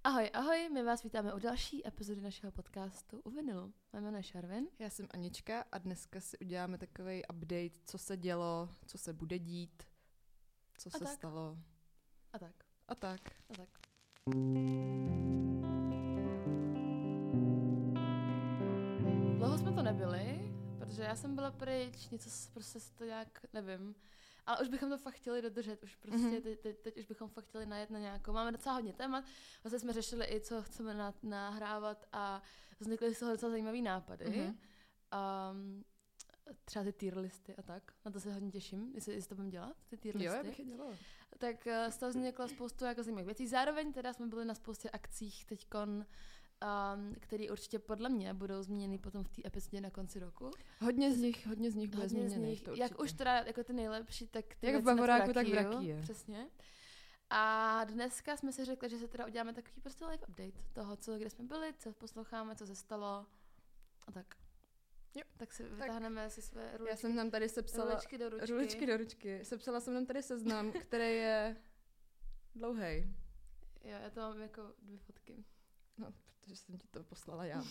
Ahoj, ahoj, my vás vítáme u další epizody našeho podcastu U vinilu. Mé jméno je Šarvin. Já jsem Anička a dneska si uděláme takovej update, co se dělo, co se bude dít, co se stalo. A tak. A tak. A tak. Dlouho jsme to nebyli, protože já jsem byla pryč, něco prostě to nějak, nevím. Ale už bychom to fakt chtěli dodržet, už prostě teď už bychom fakt chtěli najet na nějakou. Máme docela hodně témat, vlastně jsme řešili i, co chceme nahrávat a vznikly z toho docela zajímavý nápady. Třeba ty tier listy a tak. Na to se hodně těším, jestli to budeme dělat, ty tier listy. Jo, já bych je dělala. Tak z toho vznikla spoustu jako zajímavých věcí. Zároveň teda jsme byli na spoustě akcích teďkon, které určitě podle mě budou zmíněny potom v té epizodě na konci roku. Hodně z nich bude zmíněných, to určitě. Jak už teda jako ty nejlepší, tak ty jak v Bavoráku, tak v Rakije. Přesně. A dneska jsme si řekli, že se teda uděláme takový prostě live update toho, kde jsme byli, co posloucháme, co se stalo a tak. Jo. Tak si vytáhneme si své ruličky. Já jsem tam tady sepsala ruličky do ručky. Sepsala jsem tam tady seznam, který je dlouhej. Jo, já to mám jako 2 fotky. No, protože jsem ti to poslala já.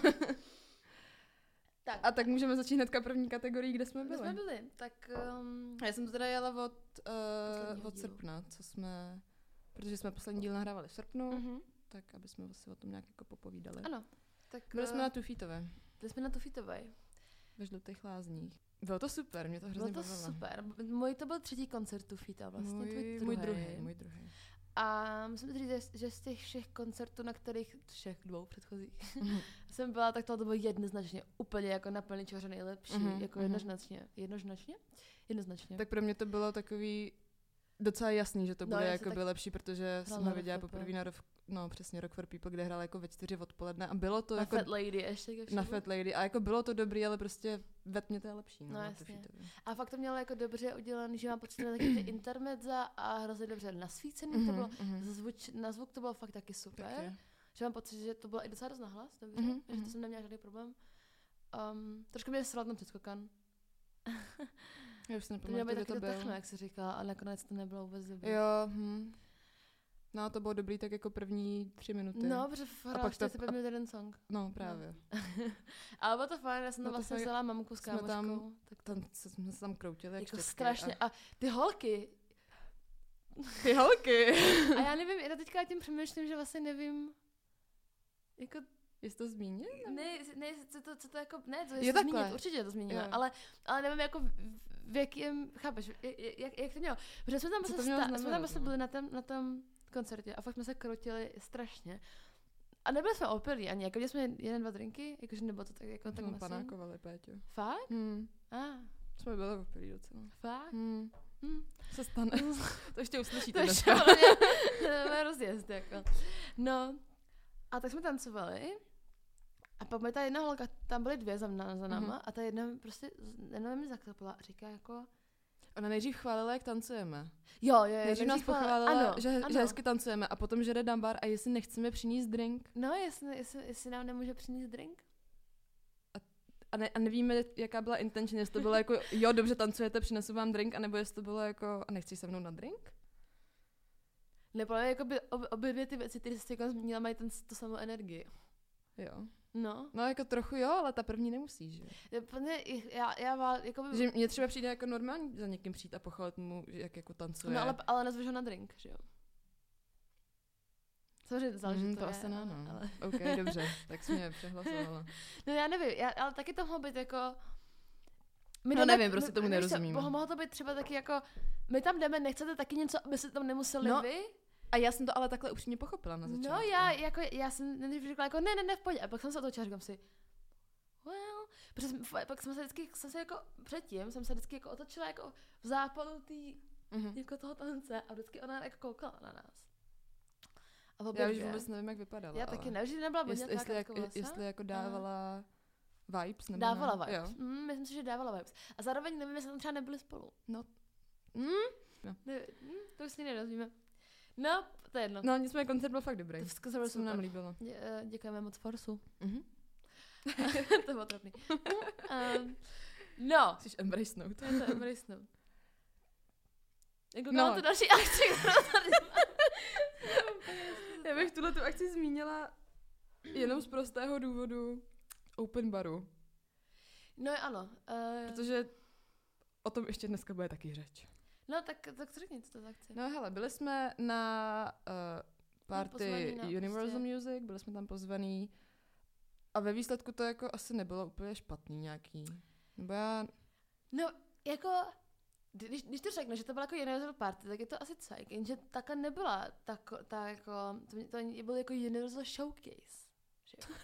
Tak. A tak můžeme začít hnedka první kategorii, kde jsme byli. Tak, já jsem to teda jela od srpna, protože jsme poslední díl nahrávali v srpnu, tak aby jsme si o tom nějak jako popovídali. Ano. Tak, byli jsme na Tufítové. Ve Žlutých lázních. Bylo to super, mě to hrozně bavilo. Bylo to super. Můj to byl 3. koncert Tufíta vlastně, můj druhý. A musím říct, že z těch všech koncertů, na kterých, všech 2 předchozích, jsem byla, tak to bylo jednoznačně úplně jako na plný čoře nejlepší, jako jednoznačně. Tak pro mě to bylo takový docela jasný, že to bude jako by lepší, protože jsem ho viděla poprvé na Rock for People, kde hrála jako ve 4 odpoledne a bylo to na jako Fat Lady ještě. Na Fat Lady a jako bylo to dobrý, ale prostě ve tmě to je lepší. No jasně. A fakt to mělo jako dobře udělaný, že mám pocit na taky ty intermezza a hrozně dobře nasvícený to bylo. Na zvuk to bylo fakt taky super. Taky. Že mám pocit, že to bylo i docela dost nahlas, dobře, že to jsem neměla žádný problém. Trošku mě sral ten předskokan. Já už si nepamatuju, kde to bylo. Techno, jak jsi říkala, ale nakonec to nebylo vůbec dobré. Jo, No, to bylo dobrý tak jako první 3 minuty. No, protože hrála 45 minut jeden song. No, právě. No. Ale bylo to fajn, já jsem tam vlastně vzala mamku s kámoškou. Jsme se tam kroutili jak jako strašně. A ty holky. A já nevím, já teďka tím přemýšlím, že vlastně nevím, jako... Jestli to zmínil? Ne, co to jako, ne, to je to zmínit, určitě to zmínila, ale nevím, jako v jakém, chápeš, jak to mělo. Protože jsme tam vlastně byli na tom koncertě a fakt jsme se krotili strašně. A nebyli jsme opilí ani, jako jsme 1-2 drinky, jakože nebylo to tak jako tak masivní. Panákovali, Péťo. Fakt? Jsme byli opilí docela. Fakt? Se stane. To ještě uslyšíte to dneska. To je rozjezd, jako. No, a tak jsme tancovali. A pak mi ta jedna holka, tam byly 2 za náma a ta jedna prostě jenom mi zaklapla a říká jako... Ona nejdřív chválila, jak tancujeme. Jo. Nejdřív nás pochválila, že hezky tancujeme a potom, že jde dám bar a jestli nechceme přinést drink. No, jestli nám nemůže přinést drink. A nevíme, jaká byla intention, jestli to bylo jako, jo, dobře tancujete, přinesu vám drink, anebo jestli to bylo jako, a nechceš se mnou na drink? Nebo jakoby obě 2 ty věci, které jsi jako zmínila, mají tu samou energii. Jo. No, jako trochu jo, ale ta první nemusíš, že? Já jakoby... Že mně třeba přijde jako normální za někým přijít a pochválit mu, jak jako tancuje. No, ale nezveš ho na drink, že jo? Samozřejmě záleží to asi ne, no. Ale... OK, dobře, tak jsi mě přehlasovala. No já nevím, ale taky to mohlo být jako... nevím, prostě tomu nerozumím. Mohlo to být třeba taky jako, my tam jdeme, nechcete taky něco, aby se tam nemuseli vy? A já jsem to ale takhle upřímně pochopila na začátku. No já jsem nejdřív řekla jako ne, v pohodě. A pak jsem se otočila a říkám si, protože pak jsem se vždycky jako otočila jako v západu jako toho tance a vždycky ona jako koukala na nás. Já už vůbec nevím, jak vypadala. Já taky ne, že nebyla hodně jestli jako dávala vibes. Nebo dávala vibes. Myslím si, že dávala vibes. A zároveň nevím, jestli tam třeba nebyli spolu. No. To už si nedozvíme. No, to je jedno. No, nicméně koncert byl fakt dobrý. To se nám líbilo. Děkujeme moc Forsu. To bylo trapný. No. Chceš embracenout. Je to embracenout. Jako to další akci, kterou tady Já bych tuhletu akci zmínila jenom z prostého důvodu open baru. No ano. Protože o tom ještě dneska bude taky řeč. No tak co řekni, co to akce. No hele, byli jsme na party Universal Music, byli jsme tam pozvaný a ve výsledku to jako asi nebylo úplně špatný nějaký. Nebo No, jako, když to řekne, že to byla jako Universal Party, tak je to asi cajk, jenže takhle nebyla ta jako, to byl jako Universal Showcase. Že jo?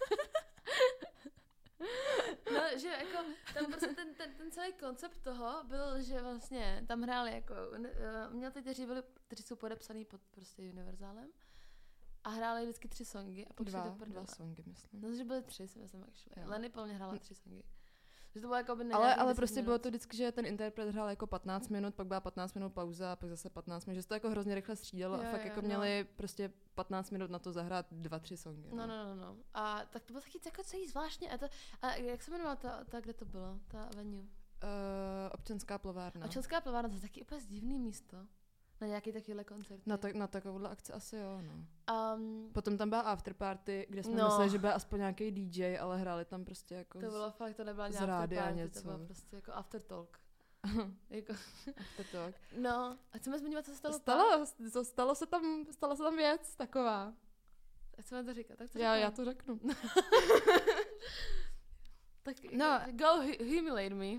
No, že jako, tam prostě ten celý koncept toho byl, že vlastně tam hráli jako, umělci, kteří jsou podepsaný pod prostě Univerzálem a hráli vždycky 3 songy a pak dva songy, myslím. No, že byly 3, si myslím, actually. Lenny podle mě hrála 3 songy. Že to bylo jako by ale prostě bylo to vždycky, že ten interpret hrál jako 15 minut, pak byla 15 minut pauza a pak zase 15 minut, že se to jako hrozně rychle střídalo a fakt jako měli prostě 15 minut na to zahrát 2-3 songy. No. A tak to bylo taky jako celý zvláštně. A jak se jmenovala ta, kde to bylo, ta venue? Občanská plovárna. Občanská plovárna, to je taky úplně divný místo. Na nějaký takovýhle koncert. Na takovouhle akci asi jo, no. Potom tam byla afterparty, kde jsme mysleli, že bude aspoň nějaký DJ, ale hráli tam prostě jako to bylo fakt, to nebyla nějaká afterparty, to bylo prostě jako aftertalk. Jako aftertalk. No, a chceme zmiňovat, co se stalo? Stalo se tam věc taková. A chceme to říkat, tak to já to řeknu. Tak go humiliate me.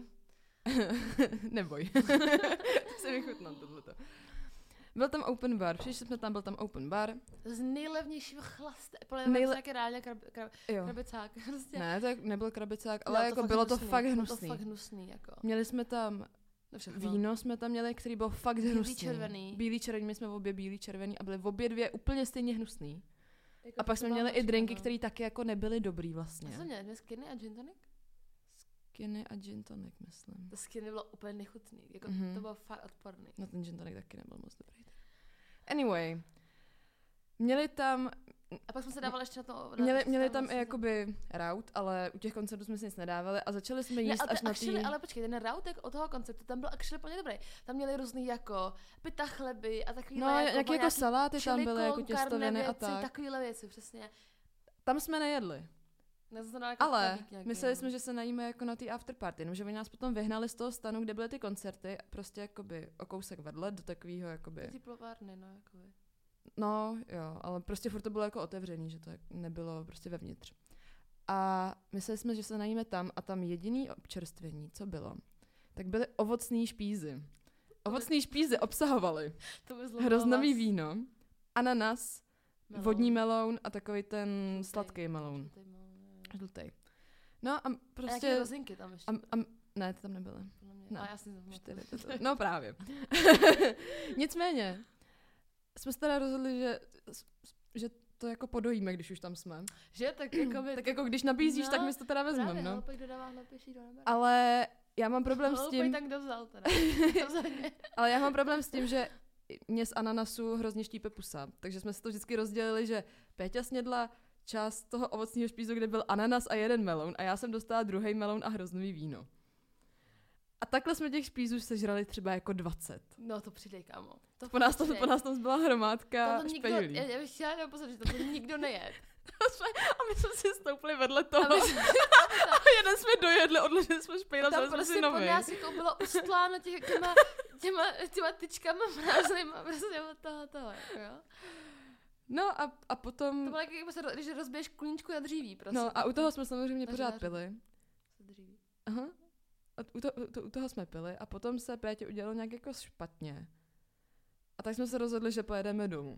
Neboj. Se vychutnám tohleto. Byl tam open bar, přišli jsme tam, byl tam open bar. Z nejlevnějšího chlaste, podle mě nějaké reálně krabicák. Prostě. Ne, to nebyl krabicák, ale jako bylo to fakt hnusný. Bylo to fakt hnusný, jako. Měli jsme tam víno, jsme tam měli, který byl fakt hnusný. Bílý červený, my jsme obě bílý červený a byly obě dvě úplně stejně hnusný. Jako a pak jsme měli i drinky, které taky jako nebyly dobrý vlastně. A co měli? Skinny a gin tonic? Skinny a gin tonic, myslím. To skinny bylo úplně nechutný, jako to bylo fakt odporný. No ten gin tonic taky nebyl moc dobrý. Anyway, měli tam... A pak jsme se dávali ještě na to... Měli tam i jakoby raut, ale u těch koncertů jsme si nic nedávali a začali jsme jíst až na tý... Ale počkej, ten raut od toho koncertu, tam byl actually plně dobrý. Tam měli různý jako pita chleby a takovýhle... No, nějaké saláty tam byly, jako těstoviny a tak. Takovýhle věci, přesně. Tam jsme nejedli. Ale mysleli jsme, že se najíme jako na té afterparty, jenomže oni nás potom vyhnali z toho stanu, kde byly ty koncerty, prostě jakoby o kousek vedle do takového jakoby... Ty plovárny, no, jakoby. No, jo, ale prostě furt to bylo jako otevřený, že to nebylo prostě vevnitř. A mysleli jsme, že se najíme tam a tam jediný občerstvení, co bylo, tak byly ovocný špízy. Ovocný špízy obsahovaly hroznový víno, ananas, vodní meloun a takový ten sladký meloun. Žlutej. No a prostě... A jaké rozinky tam ještě? Ne, ty tam nebyly. Ne. A já si no právě. Nicméně, jsme se teda rozhodli, že to jako podojíme, když už tam jsme. Že? Tak jako když nabízíš, tak my to teda vezmeme, no. Ale pak dodává hlepější do nebe. Ale já mám problém s tím... tak kdo vzal teda. Ale já mám problém s tím, že mě z ananasu hrozně štípe pusa. Takže jsme si to vždycky rozdělili, že Péťa snědla část toho ovocného špízu, kde byl ananas a jeden meloun a já jsem dostala druhý meloun a hroznový víno. A takhle jsme těch špízů sežrali třeba jako 20. No to přidej, kámo. Po nás tam byla hromádka špejlí. Já bych chtěla jenom pozornit, že to nikdo nejed. A my jsme si stoupili vedle toho. A jeden jsme dojedli, odložili jsme špejla, vzali jsme si nový. Tam prostě bylo ustláno těma tyčkama mráznýma, prostě od toho, jo. No a potom... To bylo jako, když rozbiješ kuníčku na dříví, prostě. No a u toho jsme samozřejmě pořád pili. Aha. U toho jsme pili a potom se Pétě udělalo nějak jako špatně. A tak jsme se rozhodli, že pojedeme domů.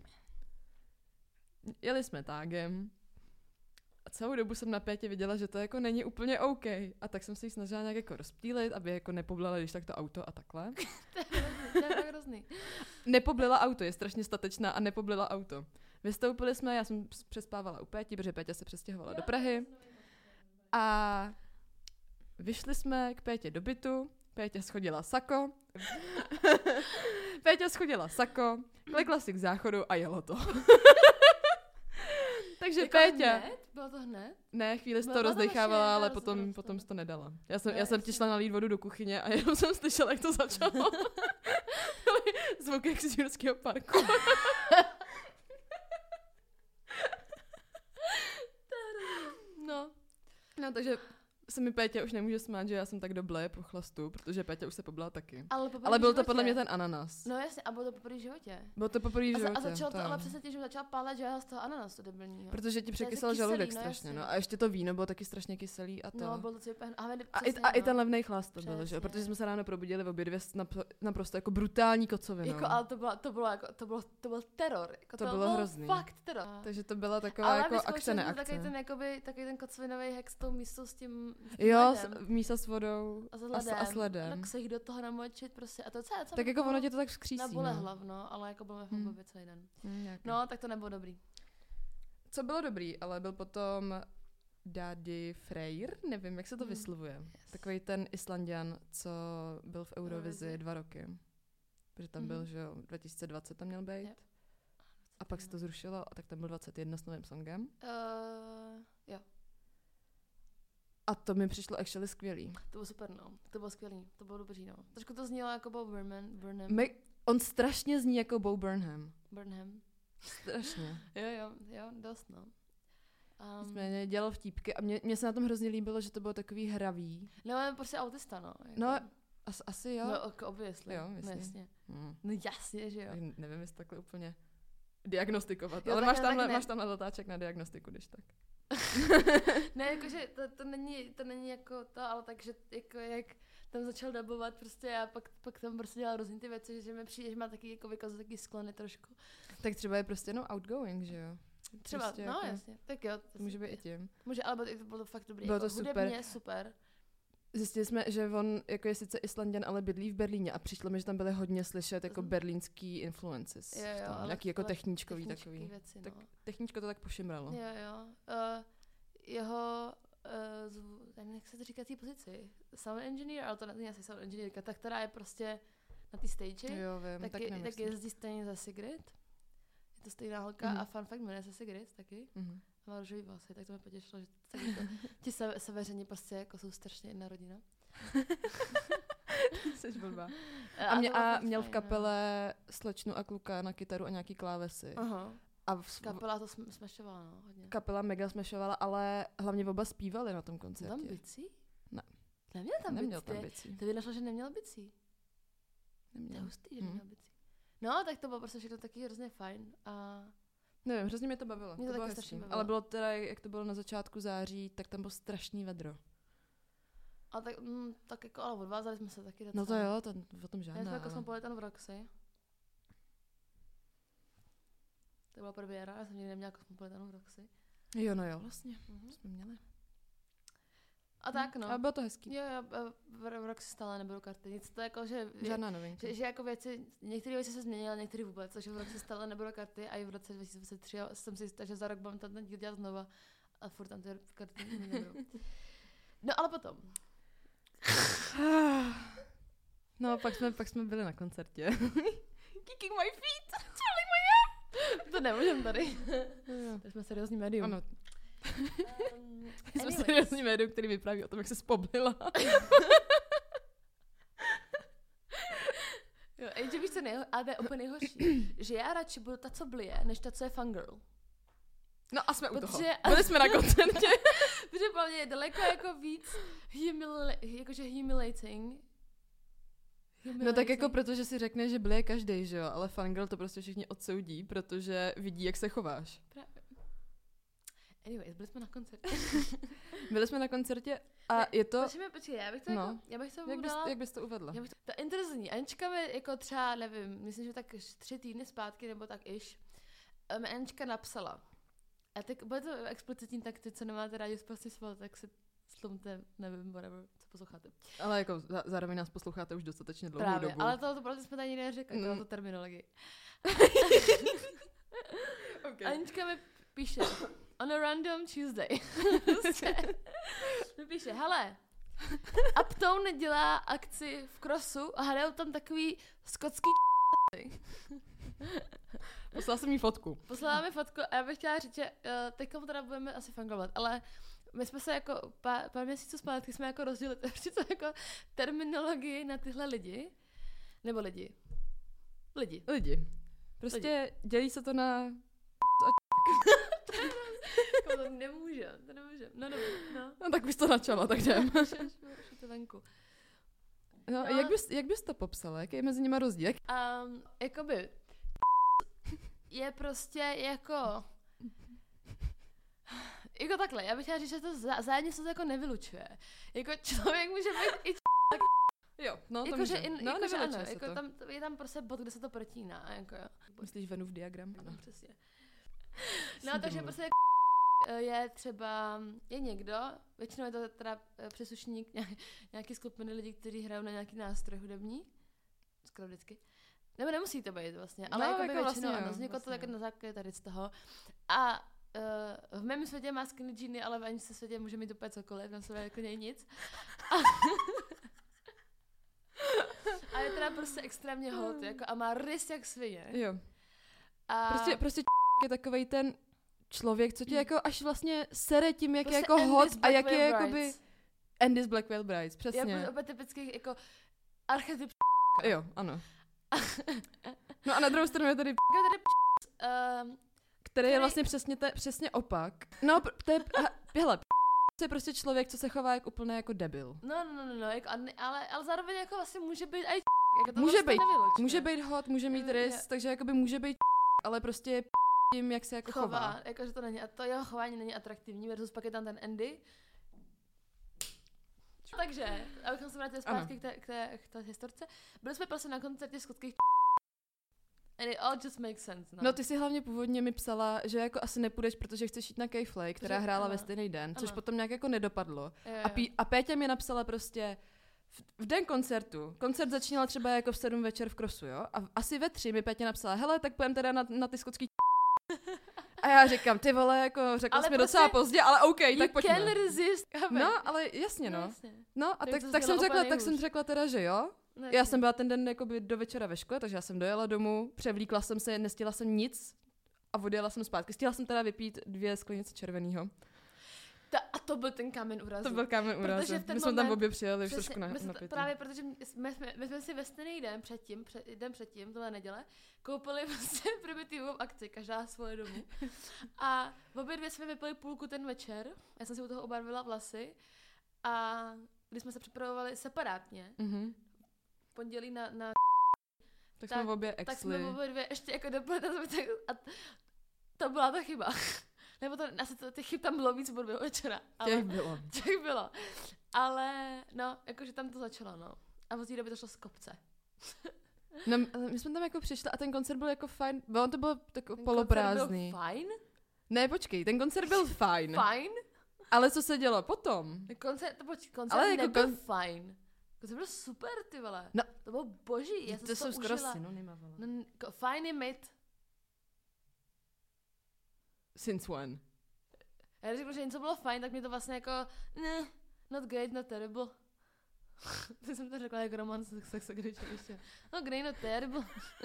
Jeli jsme tágem a celou dobu jsem na Pétě viděla, že to jako není úplně OK. A tak jsem se jí snažila nějak jako rozptýlit, aby jako nepoblala, když tak to auto a takhle. To je hrozný. Nepoblila auto, je strašně statečná a nepoblila auto. Vystoupili jsme, já jsem přespávala u Péti, protože Péťa se přestěhovala do Prahy. A vyšli jsme k Pétě do bytu, Péťa schodila sako. Klekla si k záchodu a jelo to. Takže jako Péťa... Hned? Bylo to hned? Ne, chvíli se to rozdechávala, ale potom to nedala. Já jsem ti šla nalít vodu do kuchyně a jenom jsem slyšela, jak to začalo. Zvuk jak z Jurského parku. No, takže se mi Péťa už nemůže smát, že já jsem tak doble po chlastu, protože Péťa už se poblá taky. Ale byl to podle mě ten ananas. No jasně, a bylo to poprvé v životě. Bylo to poprvé v životě. A začalo to ale přesně tím, že začala pálet, že já z toho ananasu debilního. Protože ti překysel žaludek strašně, no. A ještě to víno bylo taky strašně kyselý a to. No, bylo to celý a i ten levnej chlast to byl, že? Protože jsme se ráno probudili v obě dvě naprosto jako brutální kocovinou. Jako, ale to byl teror. Jako, to bylo hrozný. Fakt teror. Takže to byla taková jako akce neakce. Takový ten kocivinový hack s tou místou s tím jo, mísa s vodou a s ledem. Tak se jich do toho namočit prostě. A to celé, tak jako ono tě to tak vzkřísí. Na bole hlavno, ale jako bylo v hlavě celý den. No, tak to nebylo dobrý. Co bylo dobrý, ale byl potom Daddy Freyr, nevím, jak se to vyslovuje. Yes. Takový ten Islandian, co byl v Eurovizi 2 roky. Protože tam byl, že jo, 2020 tam měl být. A pak se to zrušilo, a tak tam byl 21 s novým songem. Jo. A to mi přišlo actually skvělý. To bylo super, no. To bylo skvělý. To bylo dobrý, no. Trošku to znělo jako Bo Burnham. On strašně zní jako Bo Burnham. Strašně. jo, dost, no. Nicméně dělal vtípky a mně se na tom hrozně líbilo, že to bylo takový hravý. No, prostě autista, no. Jako. No, asi jo. No, jako obviously. Jo, no, jasně. No jasně, že jo. Nevím, jestli takhle úplně diagnostikovat, jo, ale máš tam letáček na diagnostiku, když tak. Ne, jakože to není jako to, ale takže jako jak tam začal dabovat prostě a pak tam prostě dělal různý ty věci, že mi přijde, že má taky jako vykazuje taky sklony trošku. Tak třeba je prostě jenom outgoing, že jo? Třeba, prostě no jako, jasně, tak jo. To může být i tím. Může, ale to bylo fakt dobrý. Bylo to jako, super. Hudebně super. Zjistili jsme, že on jako je sice Islanďan, ale bydlí v Berlíně a přišlo mi, že tam byly hodně slyšet jako berlínský influences. Jo, nějaký jako techníčkový takový. Věci, no. Tak techníčko to tak pošimralo. Jo. Jeho, nevím, jak se to říká té pozici, sound engineer, ale to není asi sound engineerka, ta, která je prostě na té stage, jo, vím, tak jezdí stejně za Sigrid. Je to stejná holka a fun fact, jmenuje se Sigrid taky. A má růžový vlasy, tak to mě potěšilo, že ti seveření prostě jako jsou strašně jedna rodina. Jsi blbá. A měl v kapele slečnu a kluka na kytaru a nějaký klávesy. Aha. Kapela to smešovala, no, hodně. Kapela mega smešovala, ale hlavně oba zpívali na tom koncertě. Tam bicí? Ne. Neměl tam bicí. To vyšlo, že neměl bicí. To je hustý, že neměl bicí. No, tak to bylo prostě všechno taky hrozně fajn a... Nevím, hrozně mě to bavilo. Mě to taky strašně bavilo. Ale bylo teda, jak to bylo na začátku září, tak tam bylo strašný vedro. A tak jako, ale odvázali jsme se taky docela. No to jo, to o tom žádná. Já jsme jako Cosmopolitan v Roxy. To byla premiéra, já jsem nikdy neměla Cosmopolitan v Roxy. Jo, no jo, vlastně. Jsme měli. A tak, no. A bylo to hezký. Jo, v Roxy stále nebylo karty. Nic to jako, že... Žádná novinka. Že jako věci, některé věci se změnily, některé vůbec, takže v Roxy stále nebylo karty a i v roce 2023 jsem si jistá, že za rok budeme ten díl dělat znova a furt tam ty karty nebudou. No, ale potom. No, pak jsme byli na koncertě. Kicking my feet! Charlie my hair! To nemůžeme tady. To jsme seriózní médium. Ano. Jsme seriózní médium, který vypráví o tom, jak se spoblila. Jo, že víš co ale to je úplně nejhorší, že já radši budu ta, co blije, než ta, co je fangirl. No a jsme u toho. Byli jsme na koncertě. Protože pro mě je daleko jako víc humiliating. No tak jako protože si řekne, že blije každej, že jo, ale fangirl to prostě všichni odsoudí, protože vidí, jak se chováš. Právě. Anyways, byli jsme na koncertě. Byli jsme na koncertě a je to... Počkej, já bych to jako... Jak bys to uvedla? To intenzivní. Anička mi jako třeba, nevím, myslím, že tak 3 týdny zpátky, nebo tak iž, mi Anička napsala. A tak bude to explicitní, tak ty, co nemáte rádi prostě sval, tak si slumte, nevím, whatever, co posloucháte. Ale jako zároveň nás posloucháte už dostatečně dlouhou právě, dobu. Ale to prostě jsme tady nikdy neřekli, to terminologii. Okay. Anička mi píše, on a random Tuesday. mi píše, hele, Uptown dělá akci v crossu a hrajou tam takový skotský Poslala jsem jí fotku. Poslala mi fotku a já bych chtěla říct, že teďka teda budeme asi fangovat, ale my jsme se jako pár měsíců zpátky jsme jako rozdělili jako terminologii na tyhle lidi. Nebo lidi. Prostě dělí se to na... to nemůžem. No dobrý, no. No tak bys to načala, tak jdem. Už to venku. No, jak bys to popsala? Jaký je mezi nimi rozdíl? Jakoby je prostě jako takhle, já bych chtěla říct, že to zájemně se to jako nevylučuje. Jako člověk může být i Jo, no to jako, může. že Nevylučuje ano, se jako to. je tam prostě bod, kde se to protíná. Jako, jo. Myslíš Venův diagram? No, přesně. No, takže prostě je třeba, je někdo, většinou je to teda příslušník nějaký skupiny lidí, kteří hrajou na nějaký nástroj hudební, skoro vždycky. Nebo nemusí to být vlastně, ale jako většinou vlastně, ano, vzniklo to jako na základě tady z toho. A v mém světě má skinny jeany, ale v Aničce světě může mít úplně cokoliv, na sobě jako něj nic. A je teda prostě extrémně hot, jako, a má rys jak svině. Jo. A Prostě je takovej ten člověk, co tě jako až vlastně sere tím, jak prostě je jako hot a jak je Black jakoby... Andy's Black Veil Brides, přesně. jako úplně typický jako archetyp. Jo, ano. No a na druhou stranu je tady který je vlastně přesně opak. No, to je, hele, to je prostě člověk, co se chová jako úplně jako debil. No, jako, ale zároveň jako vlastně může být i jako to může vlastně být, nevylučuje. může být hot, může mít rys, takže jakoby může být ale prostě je tím, jak se jako chová. Jakože to není, a to jeho chování není atraktivní, versus pak je tam ten Andy. Takže, abychom se vrátili zpátky k té historce, byli jsme prostě na koncertě skotských and it all just makes sense. No ty si hlavně původně mi psala, že jako asi nepůjdeš, protože chceš jít na K-Flake, která hrála ve stejný den, což potom nějak jako nedopadlo. Jo. A Péťa mi napsala prostě v den koncertu. Koncert začínal třeba jako v 7 večer v Krosu, jo? A asi ve 3 mi Péťa napsala, hele, tak půjdem teda na ty skotský A já říkám, ty vole, jako řekla jsi mi prostě docela pozdě, ale OK, tak pojďme. You can resist. No, ale jasně, no. Jasně. No a Tak tak jsem řekla teda, že jo. No, Já jsem byla ten den jakoby do večera ve škole, takže já jsem dojela domů, převlíkla jsem se, nestihla jsem nic a odjela jsem zpátky. Stihla jsem teda vypít 2 sklenice červenýho. A to byl ten kámen úrazu. To byl kámen úrazu. My jsme tam obě přijeli trošku na pití. Právě protože my jsme si ve stejný den předtím, tohle neděle, koupili prostě primitivní akci, každá svoje domů. A obě dvě jsme vypili půlku ten večer, já jsem si u toho obarvila vlasy a když jsme se připravovali separátně, pondělí na tak jsme obě exli. Tak jsme obě dvě ještě jako doplnili a to byla ta chyba. Nebo to, asi těch chyb tam bylo víc od večera. Těch bylo. Ale, no, jakože tam to začalo, no. A od té doby to šlo z kopce. No, my jsme tam jako přišli a ten koncert byl jako fajn. To bylo jako poloprázdný. Ten koncert byl fajn? Ne, počkej, ten koncert byl fajn. Fajn? Ale co se dělo potom? Koncert ale nebyl jako fajn. Koncert byl super, ty vole. No. To bylo boží, já jsem to to jsou užila. skoro synonyma, vole. No, fajn je mid. Since when? Já řekl, že něco bylo fajn, tak mi to vlastně jako, not great, not terrible. Teď jsem to řekla jako Roman Sex ještě. No great, not terrible.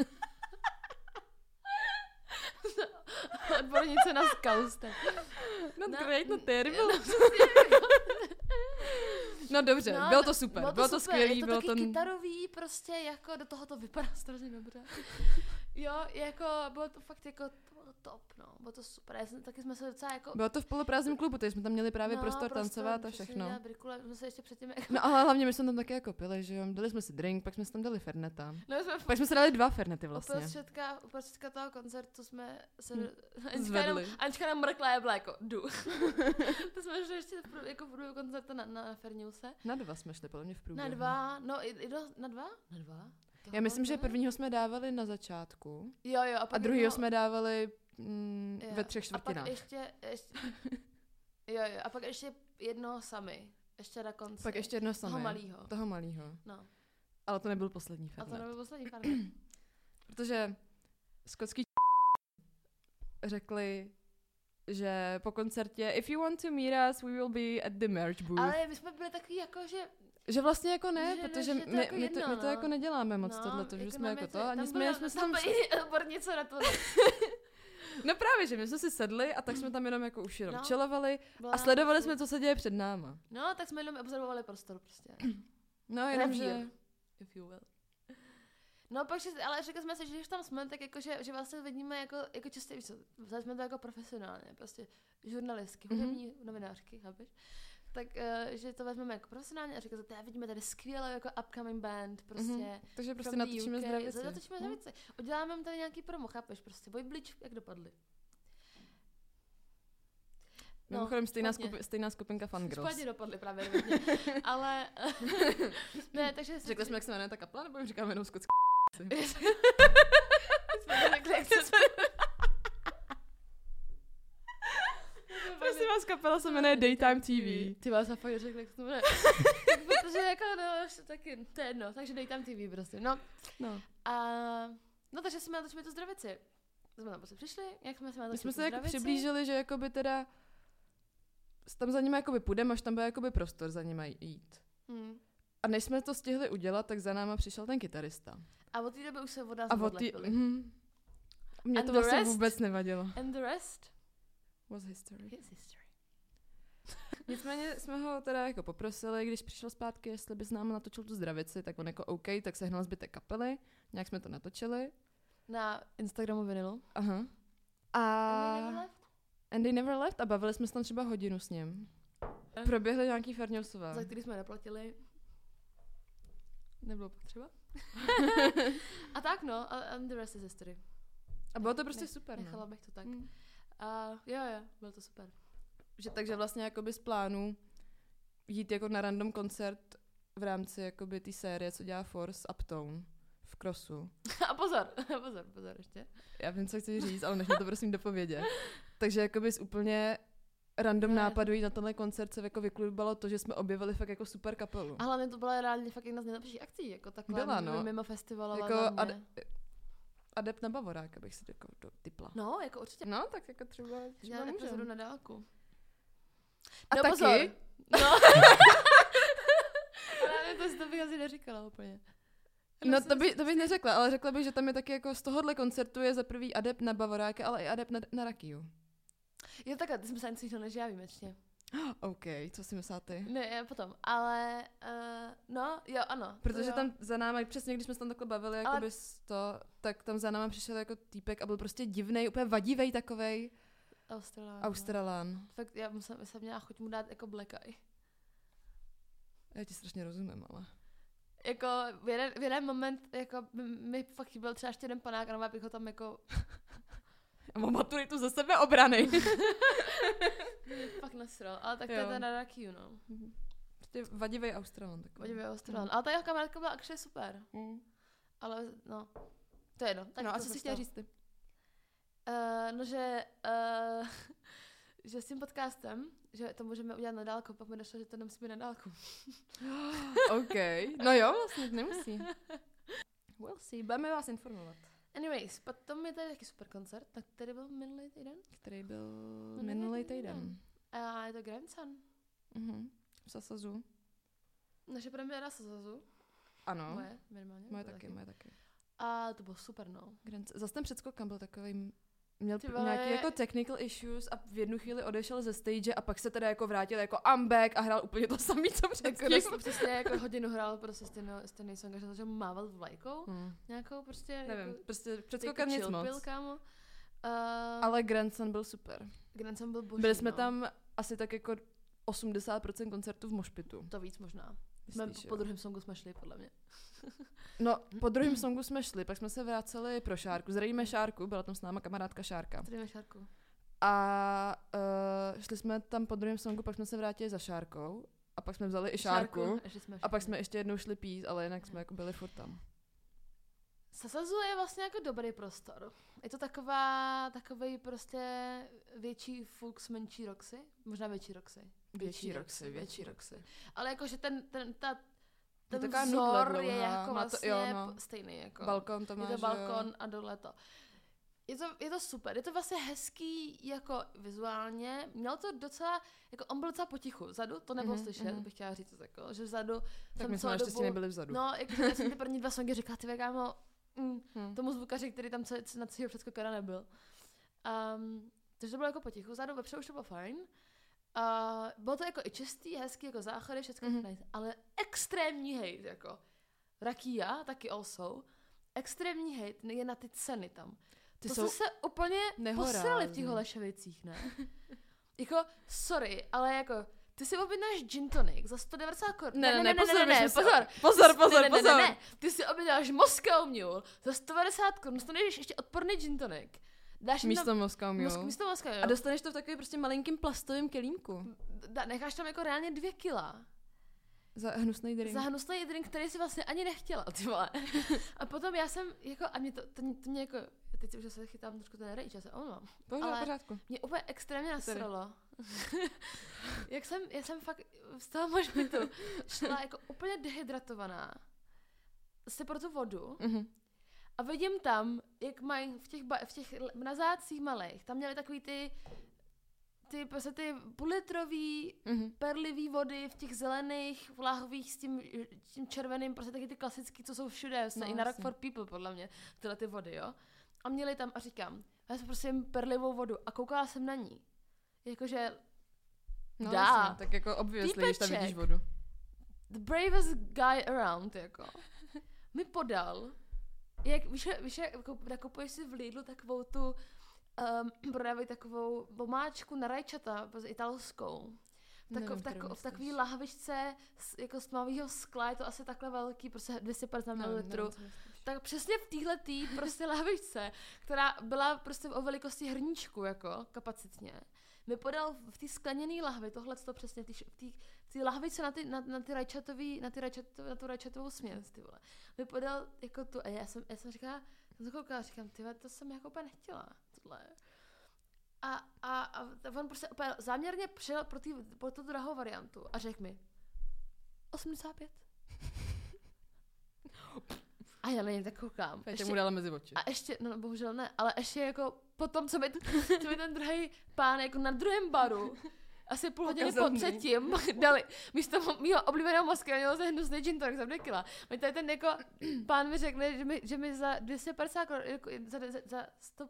Odbornice na skauste. Not great, not terrible. No, no dobře, bylo to super, bylo to skvělý. Je to taky kytarový, prostě jako do toho to vypadá strašně dobře. Jo, jako bylo to fakt jako top, no, bylo to super. Taky jsme se docela jako... Bylo to v poloprázdném klubu, takže jsme tam měli právě prostor tancovat a všechno. Brikule, jsme se ještě předtím jako... No ale hlavně my jsme tam taky jako pili, že jo, dali jsme si drink, pak jsme si tam dali ferneta. No, pak jsme si dali 2 fernety vlastně. Uprostředka toho koncertu jsme se zvedli. Anička nám mrkla a byla jako, jdu. To jsme šli ještě jako v průběhu koncertu na Ferniuse. Na 2 jsme šli, podle mě v průběhu. Na 2, no na 2? Na 2? Já myslím, že prvního jsme dávali na začátku. Jo, a druhýho jsme dávali ve 3/4. A pak ještě jo, a pak ještě jedno sami. Ještě na konci. Pak ještě jedno sami. Toho malýho. No. Ale to nebyl poslední fernet. Fernet. Protože skotský řekli, že po koncertě if you want to meet us, we will be at the merch booth. Ale my jsme byli takový jako, že vlastně jako ne, protože my to jako neděláme moc tohleto, že jsme jako to, ani jsme tam odbornice na to. No právě, že my jsme si sedli a tak jsme tam jenom jako už jenom chillovali a sledovali jsme, co se děje před náma. No, tak jsme jenom observovali prostor prostě. No, jenom že... If you will. No, pak, ale řekli jsme si, že když tam jsme, tak jako, že vlastně vidíme jako čistě, víš co, vzali jsme to jako profesionálně, prostě žurnalistky, hudební novinářky, chápeš? Tak, že to vezmeme jako profesionálně a říkali, že vidíme tady skvělou jako upcoming band, prostě. Takže prostě natočíme Zdravici. Natočíme Zdravici. Uděláme jim tady nějaký promo, chápeš, prostě. Boy Bleach, jak dopadli? Mimochodem stejná skupinka Fangirls. Špatně dopadly právě, ale ne, takže... Řekli jsme, jak se jmenuje ta kapela, nebo jim říkáme jenom skotská Prosím vás, kapela se jmenuje Daytime TV. Ty vás a fakt řekli, jak se to jmenuje. Protože jako, no, taky, to je jedno, takže Daytime TV prostě, no. No, takže jsme natočili tu Zdravici. Jsme tam prostě přišli, jak jsme se natočili. My jsme se jako přiblížili, že jakoby teda tam za nimi jakoby půjdeme, až tam bude jakoby prostor za nimi jít. A než jsme to stihli udělat, tak za náma přišel ten kytarista. A od té doby už se od nás odlepili. Mě to vlastně vůbec nevadilo. And the rest was history. His history. Nicméně jsme ho teda jako poprosili, když přišel zpátky, jestli by s námi natočil tu Zdravici, tak on jako OK, tak sehnal zbytek kapely, nějak jsme to natočili. Na Instagramu Vinyl. Aha. And they never left a bavili jsme se tam třeba hodinu s ním. Proběhly nějaký ferňosové. Za který jsme neplatili. Nebylo potřeba. A tak no, and the rest is history. A bylo to prostě super. Nechala bych to tak. Jo, bylo to super. Takže vlastně jakoby z plánu jít jako na random koncert v rámci jakoby té série, co dělá Force Uptown v Crossu. A pozor ještě. Já vím, co chci říct, ale nech mi to prosím dopovědět. Takže jakoby z úplně random nápadu jít na tenhle koncert se jako vyklubalo to, že jsme objevili fakt jako super kapelu. A hlavně to byla reálně fakt jedna z nejlepších akcí, jako takhle byla, no. Mimo festivalová. Jako adept na Bavorák, abych si jako typla. No, jako určitě. No, tak jako třeba já epizodu na dálku. A no, taky? Pozor. No. Ale to bych asi neříkala úplně. No to bych neřekla, ale řekla bych, že tam je taky jako z tohohle koncertu je za prvý adept na Bavoráka, ale i adept na Rakiu. Jo, takhle, ty jsi myslela něco než já výjimečně. OK, co si myslá ty? Ne, potom, ale no, jo, ano. Protože tam za náma, přesně když jsme se tam takhle bavili, ale... jakoby tak tam za náma přišel jako týpek a byl prostě divnej, úplně vadivej takovej. Australán. Fakt, já jsem měla chuť mu dát jako black eye. Já ti strašně rozumím, ale... Jako v jeden moment jako mi fakt chyběl třeba ještě jeden panák a bych ho tam jako... Já mám maturitu ze sebeobrany. Fakt nasral, ale tak to je ten Rakiu, no. Prostě vadivej Australan. Vadivej Australan, ale ta jeho kamarádka byla actually super. Ale no, to je jedno. No a co jsi chtěla říct ty? No, že s tím podcastem, že to můžeme udělat na dálku, pak mi došlo, že to nemusíme na dálku. OK. No jo, vlastně nemusí. We'll see, budeme vás informovat. Anyways, potom je tady taky super koncert, tak který byl minulý týden? Který byl minulý týden. A je to Grand Sun. V Sasazu. Naše premiéra Sasazu. Ano. Moje, minimálně. Moje taky. A to bylo super, no. Zase ten předskokam byl takový, měl nějaký jako technical issues a v jednu chvíli odešel ze stage a pak se teda jako vrátil jako I'm back a hrál úplně to samý, co předtím. Jako přesně jako hodinu hrál prostě stejný song, že začal mávat vlajkou. Nějakou prostě. Nevím, jako, prostě předskokam nic moc. Kámo. Ale Grand Sun byl super. Grand Sun byl boží, byli jsme tam asi tak jako 80% koncertů v mošpitu. To víc možná. Po druhém songu jsme šli, podle mě. No, po druhém songu jsme šli, pak jsme se vraceli pro Šárku. Zdravíme Šárku, byla tam s náma kamarádka Šárka. Zdravíme Šárku. A šli jsme tam po druhém songu, pak jsme se vrátili za Šárkou a pak jsme vzali i Šárku a pak jsme ještě jednou šli pít, ale jinak jsme jako byli furt tam. Sasazu je vlastně jako dobrý prostor. Je to takovej prostě větší Fuchs, menší Roxy. Možná větší Roxy. Větší Roxy. Ale jakože ten taková vzor je jako vlastně stejný. Jako. Balkon to máš, je to balkon a dole to. Je to super, je to vlastně hezký jako vizuálně, měl to docela, jako on byl docela potichu, vzadu to nebylo slyšet, bych chtěla říct, jako, že vzadu tak my jsme naštěstí nebyli vzadu. No, jako já jsem ty první 2 songy říkala, ty vegámo, tomu zvukaři, který tam na celého předskokana nebyl. Takže to bylo jako potichu, vzadu, vepředu už to bylo fajn. Bylo to jako i čistý, hezký, jako záchody, všechno nice, ale extrémní hate, jako. Rakia, taky also. extrémní hejt je na ty ceny tam. Ty to jsou se úplně nehorázný. posrali v těch Holešovicích, ne? Jako, sorry, ale jako, ty si objednáš gin tonic za 190 korun. Ne, pozor. pozor. Ty si objednáš Moscow Mule za 190 korun, dostaneš ještě odporný gin tonic. Dáš Místo Moscow Mule. Místo Moscow Mule. A dostaneš to v takovém prostě malinkým plastovém kelímku. Necháš tam jako reálně 2 kila. Za hnusný drink. Za hnusný drink, který si vlastně ani nechtěla, ty vole. A potom já jsem, jako, a mě to mě jako, teď si už se chytám trošku ten rejč, já se omlouvám. V pořádku. Mě úplně extrémně nasralo. Já jsem fakt z toho možmitu šla jako úplně dehydratovaná. Prostě pro tu vodu. Mm-hmm. A vidím tam, jak mají v těch mrazácích malých, tam měli takový ty prostě ty půllitrový, perlivý vody v těch zelených, vláhových s tím červeným, prostě taky ty klasický, co jsou všude, i na Rock for People, podle mě, tyhle ty vody, jo. A měli tam, a říkám, já jsem prosím perlivou vodu a koukala jsem na ní. Jakože, Jasně, tak jako obviously, když tam vidíš vodu. The bravest guy around, jako, mi podal, jak, víš, jako, nakupuješ si v Lidlu takovou tu, prodávají takovou vomáčku na rajčata, italskou. V takový lahvičce jako z tmavého skla, je to asi takhle velký, prostě 250 ml. Tak přesně v téhletý prostě lahvičce, která byla prostě o velikosti hrníčku, jako kapacitně, mi podal v té skleněné lahvi, tohleto přesně, v té lahvičce na tu rajčatovou směs, ty vole. Mi podal jako tu, a já jsem říkala, říkám, tyhle, to jsem jako úplně nechtěla, tohle. A on prostě úplně záměrně přijel pro tu drahou variantu a řekl mi 85. A já na něj tak koukám. Já mu dala mezi oči. A ještě, no bohužel ne, ale ještě jako potom, co mi ten druhý pán jako na druhém baru asi půl hodiny předtím dali místo mýho oblíbeného Moskva, mělo se hnusný gin tonic za 2 kila. Tady ten jako pán mi řekne, že mi za 250 korun, jako za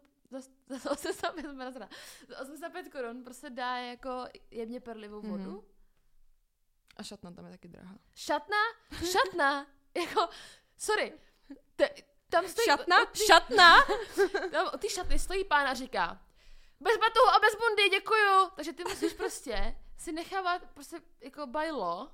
85 korun prostě dá jako jemně perlivou vodu. Mm-hmm. A šatna tam je taky drahá. Šatna, jako, sorry, tam stojí... Šatna? Tam ty šatny stojí pán a říká, bez batohu a bez bundy, děkuju. Takže ty musíš prostě si nechávat prostě jako by law.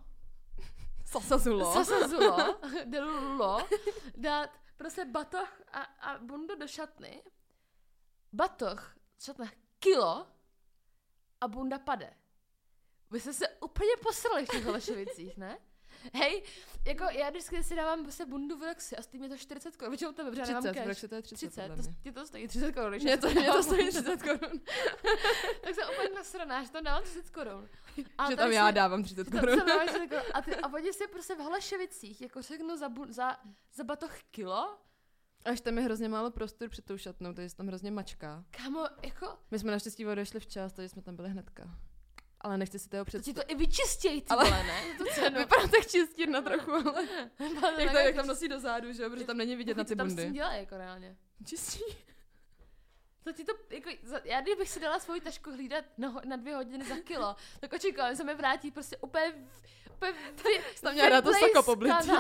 Sasazulo. Delulo. Dát prostě batoh a bundu do šatny. Batoh, šatna kilo a bunda pade. Vy jste se úplně posrali v těch Holešovicích, ne? Hej, jako já vždycky si dávám prostě bundu v Roxy a stojí mě to 40 korun, většinou tebe, protože já nemám cash. 30, to je 30 ti to stojí 30 korun. Mně to stojí 30 korun. Tak jsem úplně nasraná, že tam dávám 30 korun. Že tam já dávám 30 korun. A oni si prostě v Holešovicích jako řeknu za batoh kilo. Až tam je hrozně málo prostor před tou šatnou, takže tam hrozně mačká. Kámo, jako... My jsme naštěstí odešli včas, takže jsme tam byli hnedka. Ale nechci si toho představit. To ti to i vyčistěj, ty vole, ne? Vypadá tak čistit trochu, ale... jak tam nosí do zádu, že jo, protože tam není vidět na ty bundy. Co tam s tím dělá, jako reálně? Čistí. To ti to, jako, já kdybych si dala svoji tašku hlídat na 2 hodiny za kilo, tak očekávám, že se mi vrátí prostě úplně tam měla dát to sako poblití.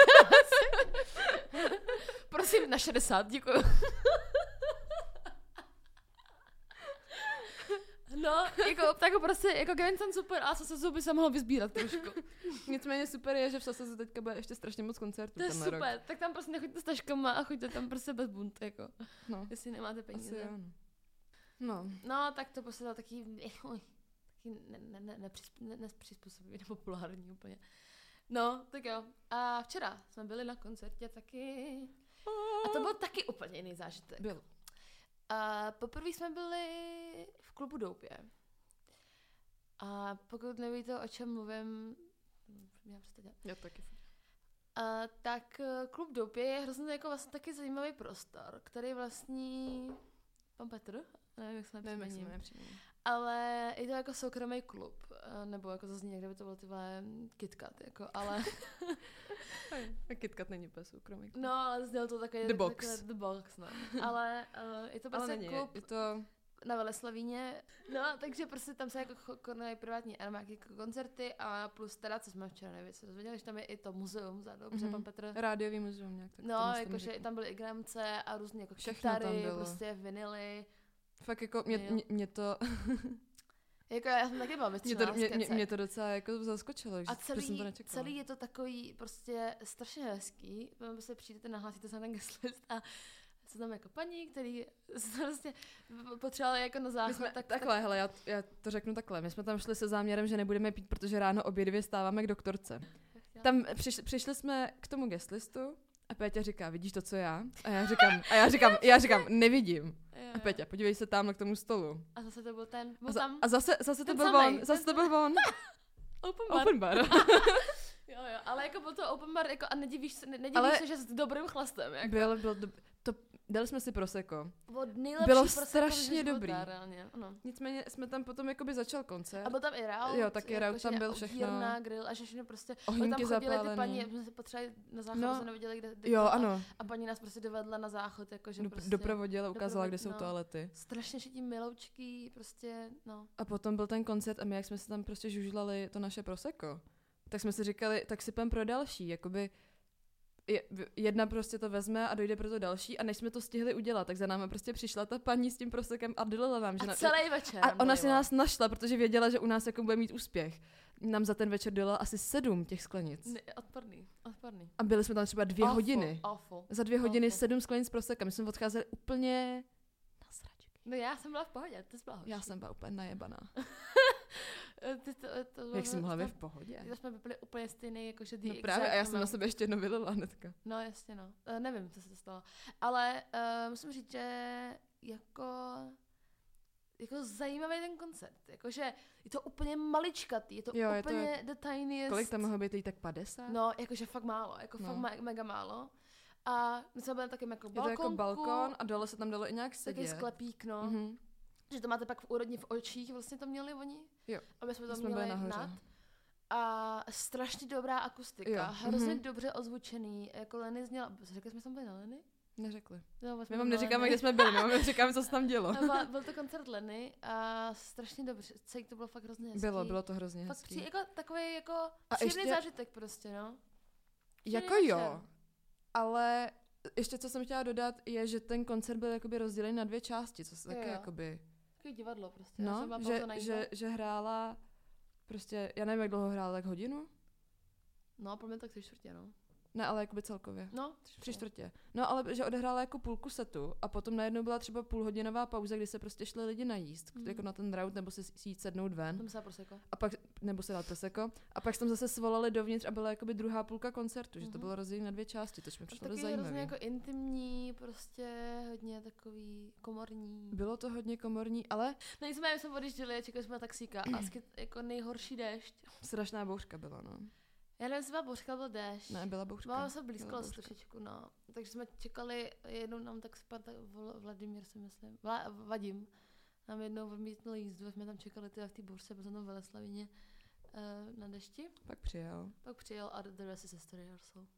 Prosím, na 60, děkuju. No, jako, tak prostě, jako Gevinson super, a Sasazu by se mohlo vyzbírat trošku. Nicméně super je, že v Sasazu teďka bude ještě strašně moc koncertů. To je super, rok. Tak tam prostě nechoďte s taškama a choďte tam prostě bez bunt, jako. No. Jestli nemáte peníze. Asi, no. No, tak to prostě taky nepřizpůsobivý, nepopulární úplně. No, tak jo. A včera jsme byli na koncertě taky. A to byl taky úplně jiný zážitek. Byl. A poprvé jsme byli v klubu Doupě. A pokud nevíte, o čem mluvím, já taky. Tak klub Doupě je hrozně jako vlastně taky zajímavý prostor, který vlastní pan Petr, nevím, jak se nepřiměním. Ale je to jako soukromý klub, nebo jako zazní někde by to byl tyhle KitKat, jako, ale... A KitKat není úplně soukromý klub. No, ale zněl to takový... The Box. The Box, no. Ale je to prostě klub... Je to na Veleslavíně. No, takže prostě tam se jako konají privátní nějaké koncerty a plus teda, co jsme včera dozvěděli, že tam je i to muzeum za dobře, pan Petr. Rádiový muzeum nějak. Tak no, jakože tam byly i gramce a různé jako kytary, prostě vinily. Fakt jako mě to... Jako já jsem taky byla vystřelená mě to docela jako zaskočilo, že jsem to nečekala. Celý je to takový prostě strašně hezký. Prostě přijdete, nahlásíte se na ten guest list a jsou tam jako paní, který prostě potřebovali jako na záchod. Takhle, hele, já to řeknu takhle. My jsme tam šli se záměrem, že nebudeme pít, protože ráno obě dvě stáváme k doktorce. Tam přišli jsme k tomu guest listu a Péťa říká, vidíš to, co já? A já říkám, nevidím. A Péťa, podívej se tamhle k tomu stolu. A zase to byl ten, a zase to byl on, zase to byl on. Open bar. Jo, ale jako byl to open bar, jako a nedívíš se, že s dobrým chlastem. Jako. Dali jsme si prosecco. Bylo strašně dobrý. Reálně, ano. Nicméně jsme tam potom jakoby začal koncert. A byl tam i raut. Jo, taky raut tam byl všechno. Jirna, grill a všechno prostě. Ohýnky tam chodili zapálený. ty paní, jsme se potřebovali na záchod, se nevěděli, kde jo, ano. A paní nás prostě dovedla na záchod, jakože prostě. Doprovodila, ukázala, kde jsou toalety. Strašně šití miloučky, prostě, no. A potom byl ten koncert a my, jak jsme se tam prostě žužlali to naše prosecco, tak jsme si říkali, tak si půjdeme pro další, jakoby jedna prostě to vezme a dojde pro to další a než jsme to stihli udělat, tak za námi prostě přišla ta paní s tím prosekem a dylila nám. Že celý večer. A ona si nás našla, protože věděla, že u nás jako bude mít úspěch. Nám za ten večer dylila asi 7 těch sklenic. Odporný. A byli jsme tam třeba 2 hodiny. Awful. Za 2 hodiny 7 sklenic proseka. My jsme odcházeli úplně na sračky. No já jsem byla v pohodě, ty jsi byla horší. Já jsem byla úplně najebaná. Jak jsi mohla být v pohodě? To jsme byli úplně stejný, jakože no právě, a já jsem na sebe ještě jedno vylila hnedka. No jasně, no. Nevím, co se to stalo. Ale musím říct, že jako zajímavý ten koncert. Jakože je to úplně maličkatý, je to úplně the tiniest. Kolik tam mohlo být jí tak 50? No, jakože fakt málo, fakt mega málo. A my jsme byli takým jako balkonku. Je to jako balkon a dole se tam dalo i nějak sedět. Takový sklepík, no. Mm-hmm. Že to máte pak v úrodni v očích, vlastně to měli oni. Jo. A my jsme to měli nad. A strašně dobrá akustika, jo. Hrozně dobře ozvučený, jako Leny zněla, řekli jsme, že jsme byli na Leny? Neřekli. No, my vám neříkáme, kde jsme byli, my vám říkáme, co se tam dělo. Byl to koncert Leny a strašně dobře, celý to bylo fakt hrozně hezký. Bylo to hrozně hezký. Fakt jako takový jako příjemný zážitek prostě, no. Jako jo, ale ještě co jsem chtěla dodat, je, že ten koncert byl jakoby rozdělený na 2 části, co se taky jakoby... Takový divadlo prostě. No, že hrála prostě, já nevím, jak dlouho hrála, tak hodinu? No, pro mě tak 3/4, no. Ne, ale jakoby celkově. No, 3/4. No, ale že odehrála jako půlku setu a potom najednou byla třeba půlhodinová pauza, kdy se prostě šli lidi najíst, jako na ten raut, nebo si jít sednout ven. Nebo se dát prosecco. A pak, nebo se dát prosecco. A pak tam zase svolali dovnitř a byla jakoby druhá půlka koncertu, že to bylo rozdělené na 2 části, to mi přišlo dost zajímavé. Taky hrozně jako intimní, prostě hodně takový komorní. Bylo to hodně komorní, ale... No nicméně my jsme odjížděli a čekali jsme na taxíka a jako nejhorší déšť. Strašná bouřka byla, no. Já nevím, jestli byla bouřka, byl déšť. Ne, byla bouřka. Byla se blízko trošičku, no. Takže jsme čekali, jednou nám tak Vladimír si myslím, Vadim, nám jednou odmítnul jízdu, jsme tam čekali teda v té bouřce, protože tam v Veleslavíně na dešti. Pak přijel a the rest is history also.